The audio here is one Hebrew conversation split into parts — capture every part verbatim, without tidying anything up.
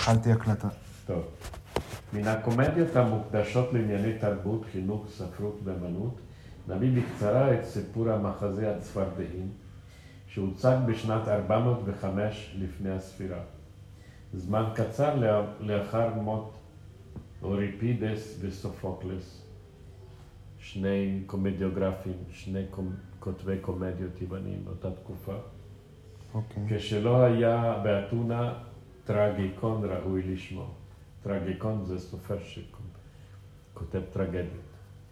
התחלתי הקלטה. טוב. מן הקומדיות המוקדשות לענייני תרבות, חינוך, ספרות ואמנות, נביא בקצרה את סיפור המחזה הצפרדעים, שהוצג בשנת ארבע מאות וחמש לפני הספירה. זמן קצר לאחר מות אוריפידס וסופוקלס, שני קומדיוגרפים, שני כותבי קומדיות יווניים באותה תקופה. אוקיי. כשלא היה באתונה טרגיקון ראוי לשמו. טרגיקון זה סופר שכותב טרגדיות.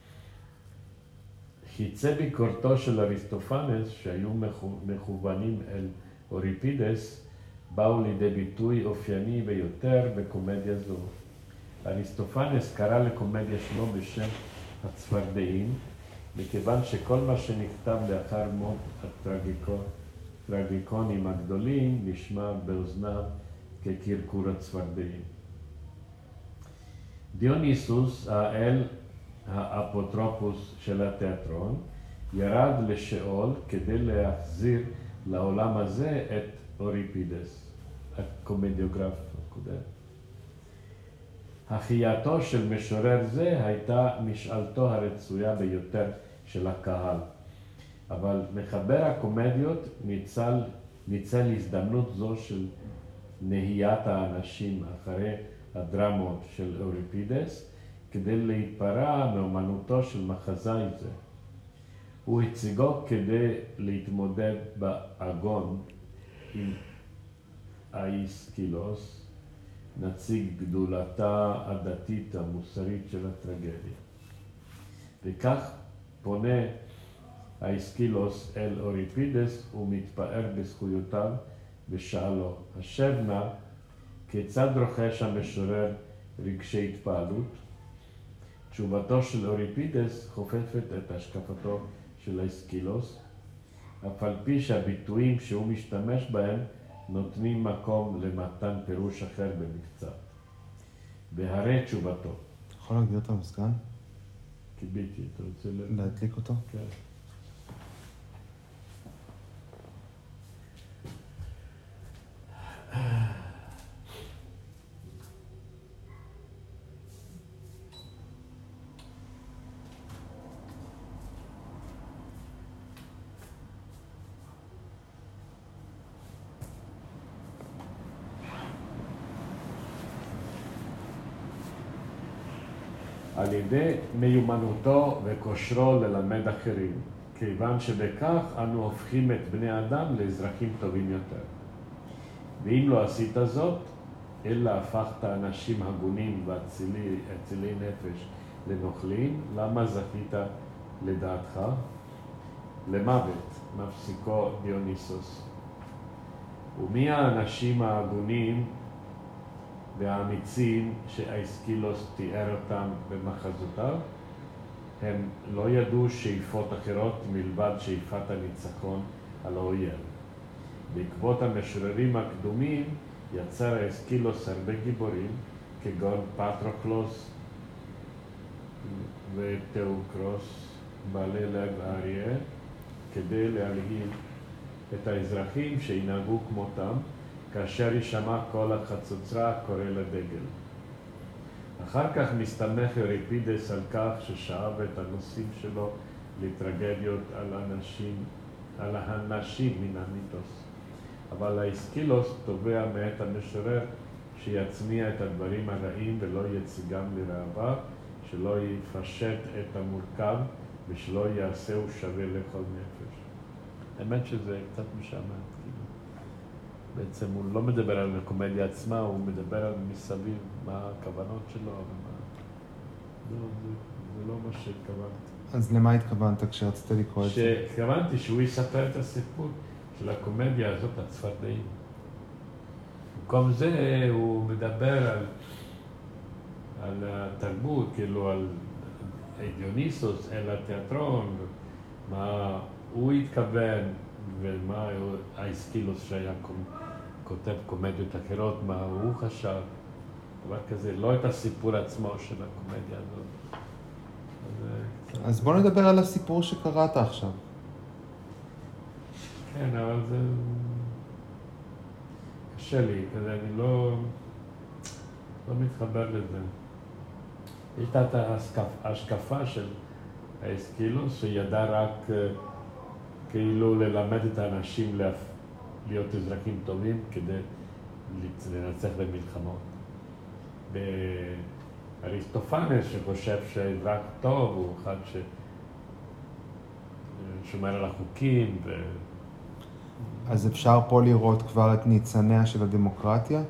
חיצי ביקורתו של אריסטופנס, שהיו מכוונים אל אוריפידס, באו לידי ביטוי אופייני ביותר בקומדיה זו. אריסטופנס קרא לקומדיה שלו בשם הצפרדעים, מכיוון שכל מה שנכתב לאחר מות הטרגיקונים הגדולים נשמע באוזניו כקרקור הצפרדעים. דיוניסוס, האל האפוטרופוס של התיאטרון, ירד לשאול כדי להחזיר לעולם הזה את אוריפידס, הקומדיוגרף הקודם. החייתו של משורר זה הייתה משאלתו הרצויה ביותר של הקהל, אבל מחבר הקומדיות ניצל, ניצל הזדמנות זו של נהיית האנשים אחרי הדרמות של אוריפידס, כדי להיפרע מאומנותו של מחזאי זה. הוא הציגו כדי להתמודד באגון עם האיסקילוס, נציג גדולתה הדתית המוסרית של הטרגדיה. וכך פונה האיסקילוס אל אוריפידס ומתפאר בזכויותיו ושאלו, השב נא, כיצד רוכש המשורר רגשי התפעלות? תשובתו של אוריפידס חופפת את השקפתו של האיסקילוס, אף על פי שהביטויים שהוא משתמש בהם נותנים מקום למתן פירוש אחר במקצת. והרי תשובתו. יכול להגדיר את המזגן? קיביתי, אתה רוצה להדליק אותו? כן. על ידי מיומנותו וכושרו ללמד אחרים, כיוון שבכך אנו הופכים את בני האדם לאזרחים טובים יותר. ואם לא עשית זאת, אלא הפכת אנשים הגונים ואצילי נפש לנוכלים, למה זכית לדעתך? למוות, מפסיקו דיוניסוס. ומי האנשים ההגונים והאמיצים שהאיסקילוס תיאר אותם במחזותיו? הם לא ידעו שאיפות אחרות מלבד שאיפת הניצחון על האויב. בעקבות המשוררים הקדומים יצר האיסקילוס הרבה גיבורים, כגון פטרוקלוס ותאוקרוס, בעלי לב האריה, כדי להלהיב את האזרחים שינהגו כמותם, כאשר יישמע קול החצוצרה הקורא לדגל. אחר כך מסתמך אוריפידס על כך ששאב את הנושאים שלו לטרגדיות על אנשים, על האנשים מן המיתוס. אבל האיסקילוס תובע מאת המשורר שיצניע את הדברים הרעים ולא יציגם לרעבה, שלא יפשט את המורכב ושלא יעשהו שווה לכל נפש. האמת שזה קצת משעמם. בעצם הוא לא מדבר על הקומדיה עצמה, הוא מדבר על מסביב מה הכוונות שלו, ומה... לא, זה, זה לא מה שהתכוונתי. אז למה התכוונת כשרצית לקרוא את זה? שהתכוונתי שהוא יספר את הסיפור של הקומדיה הזאת, הצפרדעים. במקום זה הוא מדבר על, על התרבות, כאילו על דיוניסוס, אל התיאטרון, מה הוא התכוון, ומה האיסקילוס שהיה כותב קומדיות אחרות, מה הוא חשב, דבר כזה, לא את הסיפור עצמו של הקומדיה הזאת. אז, אז בוא נדבר על הסיפור שקראת עכשיו. כן, אבל זה קשה לי, כזה, אני לא... לא מתחבר לזה. יש את ההשקפה של האסקילוס, שידע רק כאילו ללמד את האנשים להיות אזרחים טובים כדי לנצח במלחמות. באריסטופנס, שחושב שהאזרח טוב הוא אחד ששומר על החוקים. ו... אז אפשר פה לראות כבר את ניצניה של הדמוקרטיה?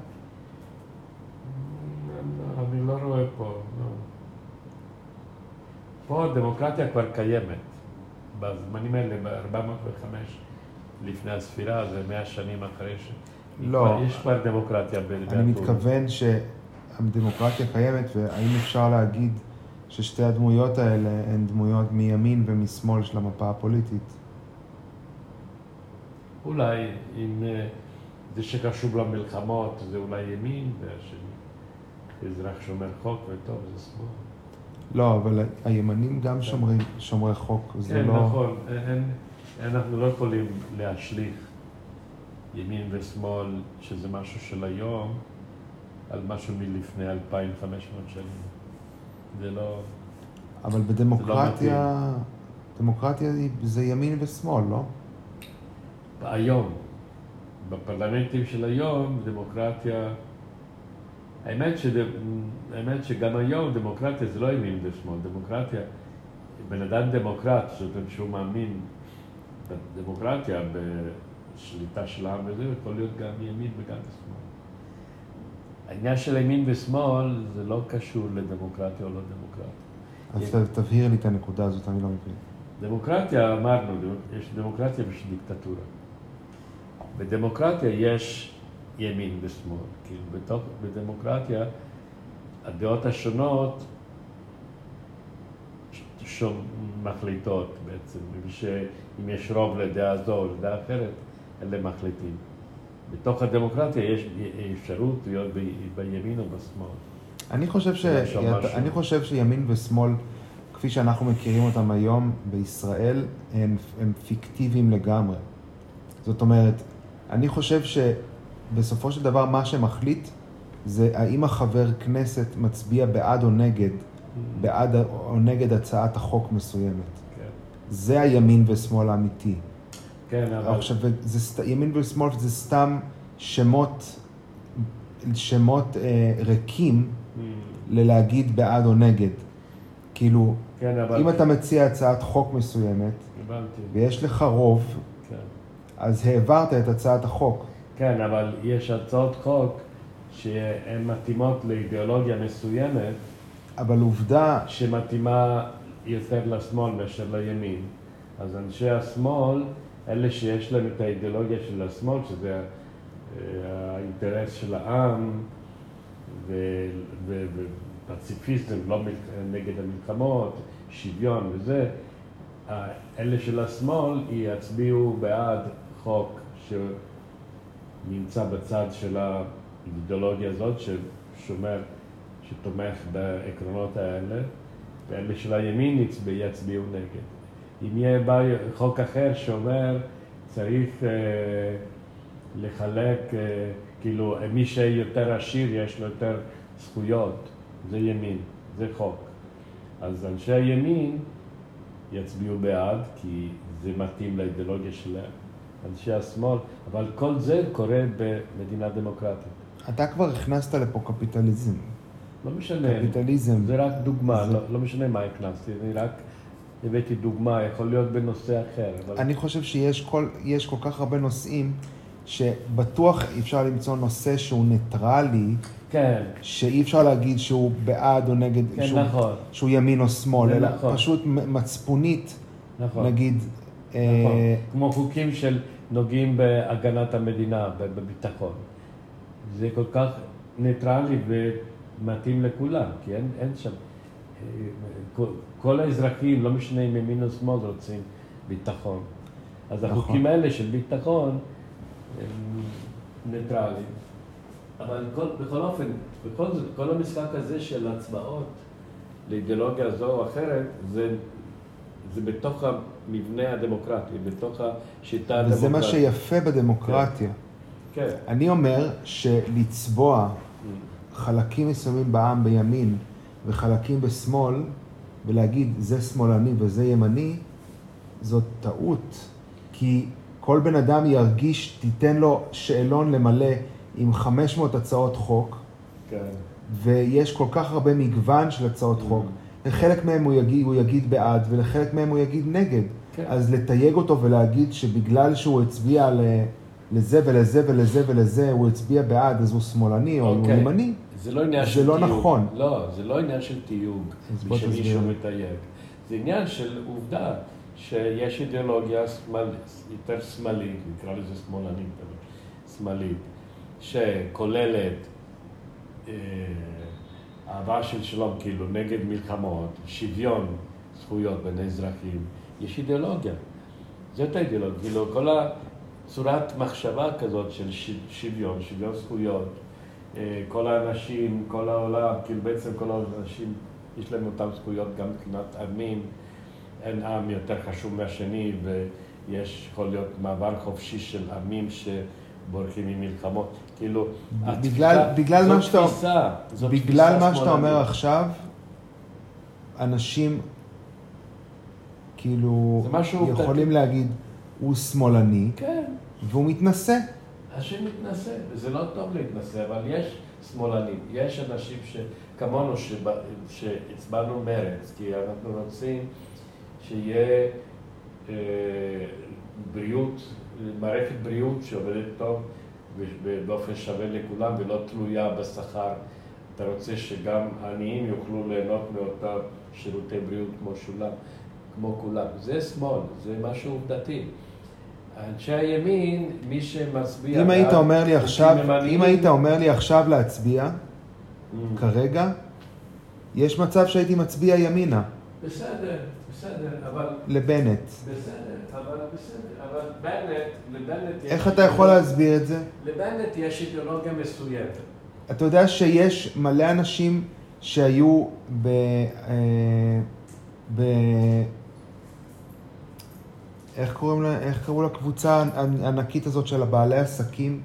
אני לא רואה פה, לא. פה הדמוקרטיה כבר קיימת. בזמנים האלה, ב-ארבע מאות וחמש לפני הספירה, זה מאה שנים אחרי ש... לא. יש כבר דמוקרטיה באתונה. אני מתכוון שהדמוקרטיה קיימת, והאם אפשר להגיד ששתי הדמויות האלה הן דמויות מימין ומשמאל של המפה הפוליטית? אולי, אם זה שקשור למלחמות, זה אולי ימין, והשני אזרח שומר חוק וטוב, זה שמאל. לא, אבל הימנים גם שומרים, שומרי חוק, זה כן, לא... כן, נכון. אין, אנחנו לא יכולים להשליך ימין ושמאל, שזה משהו של היום, על משהו מלפני אלפיים וחמש מאות שנים. זה לא... אבל בדמוקרטיה, דמוקרטיה זה ימין ושמאל, לא? היום, בפרלמנטים של היום, דמוקרטיה... האמת, שד... האמת שגם היום דמוקרטיה זה לא ימין ושמאל. דמוקרטיה, בן אדם דמוקרט, זאת אומרת שהוא מאמין בדמוקרטיה, בשליטה של העם וזה, יכול להיות גם ימין וגם שמאל. העניין של ימין ושמאל זה לא קשור לדמוקרטיה או לא דמוקרטיה. אז תבהיר לי את הנקודה הזאת, אני לא מבין. דמוקרטיה, אמרנו, יש דמוקרטיה ויש דיקטטורה. בדמוקרטיה יש ימין ושמאל, כי בתוך, בדמוקרטיה הדעות השונות שום מחליטות בעצם, שאם יש רוב לדעה זו או לדעה אחרת, אלה מחליטים. בתוך הדמוקרטיה יש אפשרות להיות בימין או בשמאל. אני חושב, ש... אני חושב שימין ושמאל, כפי שאנחנו מכירים אותם היום בישראל, הם, הם פיקטיביים לגמרי. זאת אומרת, אני חושב שבסופו של דבר מה שמחליט זה האם החבר כנסת מצביע בעד או נגד, בעד או נגד הצעת החוק מסוימת. כן. זה הימין ושמאל האמיתי. כן, אבל... עכשיו, זה, ימין ושמאל זה סתם שמות, שמות אה, ריקים mm. ללהגיד בעד או נגד. כאילו, כן, אבל... אם אתה מציע הצעת חוק מסוימת, הבנתי. ויש לך רוב, כן. אז העברת את הצעת החוק. כן, אבל יש הצעות חוק שהן מתאימות לאידיאולוגיה מסוימת, אבל עובדה... שמתאימה יותר לשמאל מאשר לימין. אז אנשי השמאל, אלה שיש להם את האידיאולוגיה של השמאל, שזה האינטרס של העם, ופציפיזם, לא נגד המלחמות, שוויון וזה, אלה של השמאל יצביעו בעד חוק שנמצא בצד של האידיאולוגיה הזאת, ששומר, שתומך בעקרונות האלה, ואלה של הימין יצביעו נגד. אם יהיה בא חוק אחר שאומר, צריך אה, לחלק, אה, כאילו, מי שיותר עשיר יש לו יותר זכויות, זה ימין, זה חוק. אז אנשי הימין יצביעו בעד, כי זה מתאים לאידיאולוגיה שלהם. אנשי השמאל, אבל כל זה קורה במדינה דמוקרטית. אתה כבר הכנסת לפה קפיטליזם. לא משנה. קפיטליזם. זה רק דוגמה, זה... לא, לא משנה מה הכנסתי, אני רק הבאתי דוגמה, יכול להיות בנושא אחר. אבל... אני חושב שיש כל, יש כל כך הרבה נושאים, שבטוח אפשר למצוא נושא שהוא ניטרלי, כן. שאי אפשר להגיד שהוא בעד או נגד, כן, שהוא, נכון. שהוא ימין או שמאל, אלא נכון. פשוט מצפונית, נכון. נגיד... נכון. אה... כמו חוקים של נוגעים בהגנת המדינה, בביטחון. זה כל כך ניטרלי ומתאים לכולם, כי אין, אין שם... כל, כל האזרחים, לא משנה אם ימין או שמאל, רוצים ביטחון. אז נכון. החוקים האלה של ביטחון הם ניטרליים. אבל כל, בכל אופן, בכל זאת, כל המשחק הזה של הצבעות לאידיאולוגיה זו או אחרת, זה, זה בתוך המבנה הדמוקרטי, בתוך השיטה הדמוקרטית. וזה מה שיפה בדמוקרטיה. כן. אני אומר שלצבוע חלקים מסוימים בעם בימין וחלקים בשמאל, ולהגיד זה שמאלני וזה ימני, זאת טעות. כי כל בן אדם ירגיש, תיתן לו שאלון למלא עם חמש מאות הצעות חוק, כן. ויש כל כך הרבה מגוון של הצעות mm. חוק. לחלק מהם הוא יגיד, הוא יגיד בעד, ולחלק מהם הוא יגיד נגד. כן. אז לתייג אותו ולהגיד שבגלל שהוא הצביע לזה ולזה ולזה ולזה, הוא הצביע בעד, אז הוא שמאלני או הוא ימני. זה לא עניין של תיוג. זה לא נכון. לא, זה לא עניין של תיוג, שמישהו מתייג. זה עניין של עובדה, שיש אידיאולוגיה יותר שמאלית, נקרא לזה שמאלנית, שמאלית, שכוללת אה, אהבה של שלום, כאילו, נגד מלחמות, שוויון זכויות בין האזרחים. יש אידיאולוגיה. זאת האידיאולוגיה. כאילו, כל הצורת מחשבה כזאת של שוויון, שוויון זכויות, כל האנשים, כל העולם, כאילו בעצם כל האנשים, יש להם אותם זכויות גם מבחינת עמים. אין עם יותר חשוב מהשני, ויש יכול להיות מעבר חופשי של עמים שבורחים ממלחמות. כאילו, בגלל, בגלל זאת מה שאתה, תפיסה, זאת בגלל תפיסה מה שאתה אומר עכשיו, אנשים כאילו יכולים להגיד, הוא שמאלני, כן. והוא מתנשא. אנשים מתנשא, וזה לא טוב להתנשא, אבל יש שמאלנים, יש אנשים שכמונו שהצבענו מרץ, כי אנחנו רוצים שיהיה אה, בריאות, מערכת בריאות שעובדת טוב באופן שווה לכולם ולא תלויה בשכר. אתה רוצה שגם העניים יוכלו ליהנות מאותה שירותי בריאות כמו שולם, כמו כולם. זה שמאל, זה משהו עובדתי. אנשי הימין, מי שמצביע... אם היית אומר לי עכשיו, אם היית אומר לי עכשיו להצביע, כרגע, יש מצב שהייתי מצביע ימינה. בסדר, בסדר, אבל... לבנט. בסדר, אבל בסדר, אבל בנט, לבנט... איך אתה יכול להסביר את זה? לבנט יש אידיאולוגיה מסוימת. אתה יודע שיש מלא אנשים שהיו ב... ב... איך קוראים לה, איך קראו לקבוצה הענקית הזאת של הבעלי עסקים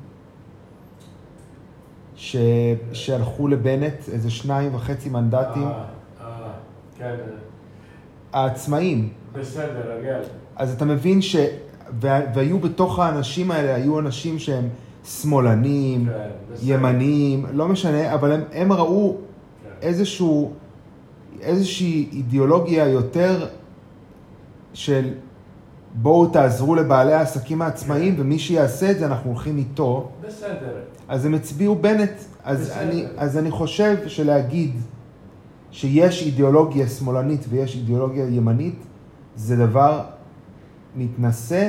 ש... שהלכו לבנט, איזה שניים וחצי מנדטים? אה, אה, כן. העצמאים. בסדר, אגל. אז אתה מבין ש... והיו בתוך האנשים האלה, היו אנשים שהם שמאלנים, כן, ימניים, לא משנה, אבל הם, הם ראו כן. איזשהו, איזושהי אידיאולוגיה יותר של בואו תעזרו לבעלי העסקים העצמאיים, ומי שיעשה את זה, אנחנו הולכים איתו. בסדר. אז הם הצביעו בנט. אז אני, אז אני חושב שלהגיד שיש אידיאולוגיה שמאלנית ויש אידיאולוגיה ימנית, זה דבר מתנשא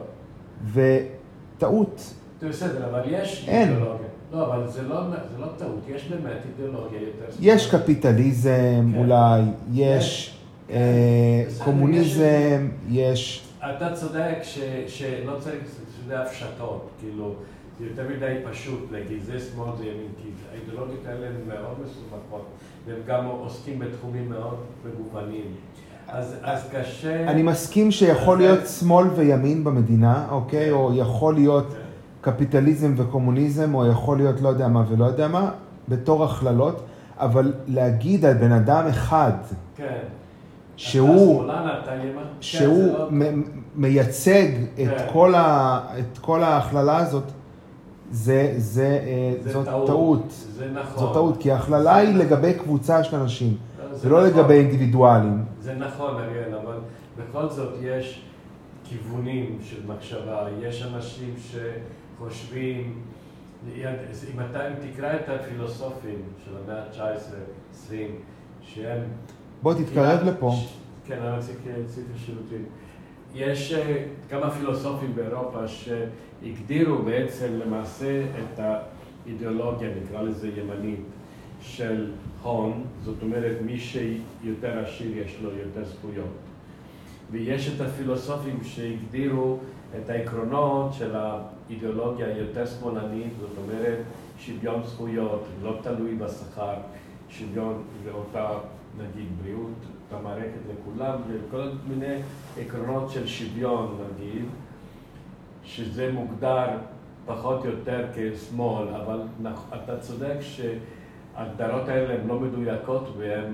וטעות. בסדר, אבל יש אידיאולוגיה. לא, אבל זה לא, זה לא טעות. יש באמת אידיאולוגיה יותר שמאלנית. יש קפיטליזם, אולי, יש קומוניזם, יש... אתה צודק ש, שלא צריך שזה הפשטות, כאילו, זה יותר מדי פשוט להגיד, זה שמאל, זה ימין, כי האידיאולוגיות האלה הן מאוד מסובכות, והם גם עוסקים בתחומים מאוד מגוונים. אז, אז קשה... אני מסכים שיכול להיות שמאל וימין במדינה, אוקיי? או יכול להיות קפיטליזם וקומוניזם, או יכול להיות לא יודע מה ולא יודע מה, בתור הכללות, אבל להגיד על בן אדם אחד, כן. שהוא, שמאלן, שהוא מ- מייצג את כל ה, את כל ההכללה הזאת, זה, זה, זה זאת טעות. טעות. זה נכון. זאת טעות, כי ההכללה היא לגבי קבוצה של אנשים, זה זה לא נכון. לגבי אינדיבידואלים. זה נכון, אריאל, אבל בכל זאת יש כיוונים של מחשבה, יש אנשים שחושבים, אם אתה תקרא את הפילוסופים של המאה ה-תשע עשרה עשרים, שהם... בוא תתקרב לפה. כן, אני רוצה להציג את השירותים. יש כמה פילוסופים באירופה שהגדירו בעצם למעשה את האידיאולוגיה, נקרא לזה ימנית, של הון, זאת אומרת מי שיותר עשיר יש לו יותר זכויות. ויש את הפילוסופים שהגדירו את העקרונות של האידיאולוגיה היותר שמאלנית, זאת אומרת שוויון זכויות, לא תלוי בשכר, שוויון ואותה נגיד בריאות, אותה מערכת לכולם, וכל מיני עקרונות של שוויון נגיד, שזה מוגדר פחות או יותר כשמאל, אבל אתה צודק ההגדרות האלה הן לא מדויקות והן,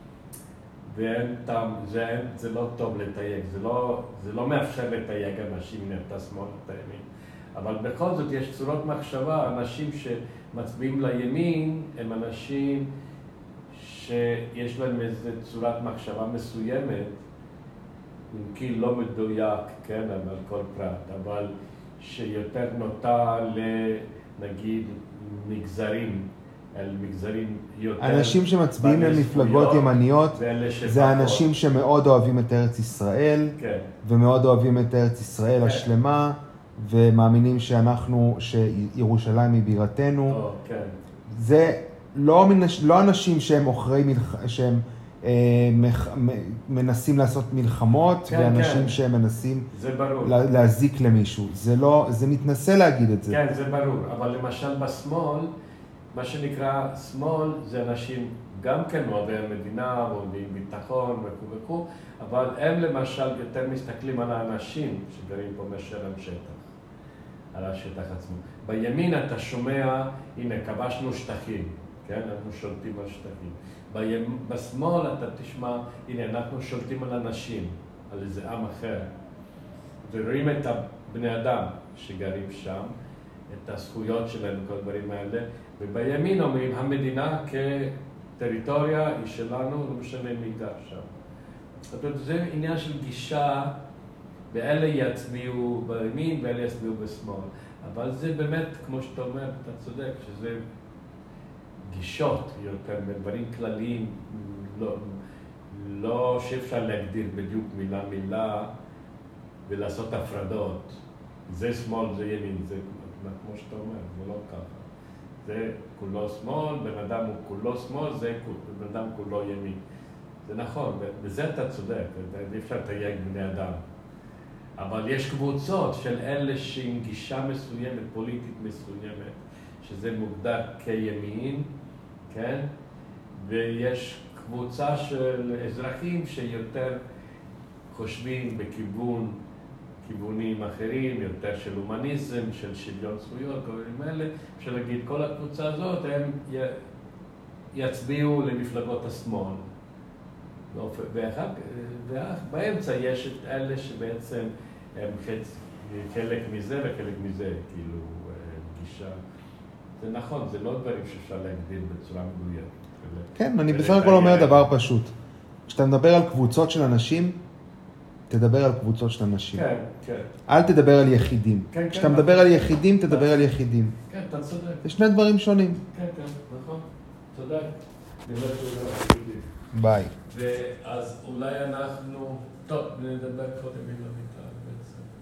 והן תם, זה, זה לא טוב לתייג, זה לא, זה לא מאפשר לתייג אנשים, הנה אתה שמאל, אתה ימין. אבל בכל זאת יש צורות מחשבה, אנשים שמצביעים לימין הם אנשים שיש להם איזו צורת מחשבה מסוימת, אם כי לא מדויק, כן, על כל פרט, אבל שיותר נוטה לנגיד מגזרים, אל מגזרים יותר... אנשים שמצביעים למפלגות ימניות, זה אנשים שמאוד אוהבים את ארץ ישראל, כן. ומאוד אוהבים את ארץ ישראל כן. השלמה, ומאמינים שאנחנו, שירושלים היא בירתנו. או, כן. זה לא, מנש, לא אנשים שהם אוכרי מלח... שהם אה, מח... מנסים לעשות מלחמות, כן, ואנשים כן. שהם מנסים לה... להזיק למישהו. זה לא, זה מתנסה להגיד את זה. כן, זה ברור. אבל למשל בשמאל, מה שנקרא שמאל זה אנשים גם כן אוהבי המדינה, אוהבים ביטחון וכו' וכו', אבל הם למשל יותר מסתכלים על האנשים שגרים פה מאשר על שטח, על השטח עצמו. בימין אתה שומע, הנה, כבשנו שטחים, כן? אנחנו שולטים על שטחים. בימ... בשמאל אתה תשמע, הנה, אנחנו שולטים על אנשים, על איזה עם אחר. ורואים את הבני אדם שגרים שם, את הזכויות שלהם וכל הדברים האלה, ובימין אומרים, המדינה כטריטוריה היא שלנו, לא משנה מי גר שם. זאת אומרת, זה עניין של גישה, ואלה יצביעו בימין ואלה יצביעו בשמאל. אבל זה באמת, כמו שאתה אומר, אתה צודק, שזה גישות יותר, דברים כלליים, לא, לא שאפשר להגדיר בדיוק מילה מילה ולעשות הפרדות. זה שמאל, זה ימין, זה כמו שאתה אומר, זה לא ככה. זה כולו שמאל, בן אדם הוא כולו שמאל, זה בן אדם כולו ימין. זה נכון, בזה אתה צודק, אי אפשר לתייג בני אדם. אבל יש קבוצות של אלה שעם גישה מסוימת, פוליטית מסוימת, שזה מוגדר כימין, כן? ויש קבוצה של אזרחים שיותר חושבים בכיוון, כיוונים אחרים, יותר של הומניזם, של שוויון זכויות, כל מיני אלה, אפשר להגיד, כל הקבוצה הזאת הם יצביעו למפלגות השמאל. ואחר, ובאמצע יש את אלה שבעצם הם חלק מזה וחלק מזה, כאילו, גישה. זה נכון, זה לא דברים שאפשר להגדיר בצורה מדויקת. כן, אני בסך הכל אומר דבר פשוט. כשאתה מדבר על קבוצות של אנשים, תדבר על קבוצות של אנשים. כן, כן. אל תדבר על יחידים. כן, כן. כשאתה מדבר על יחידים, תדבר על יחידים. כן, אתה צודק. זה שני דברים שונים. כן, כן, נכון. צודק. ביי. ואז אולי אנחנו... טוב, נדבר קודם עם המיטה.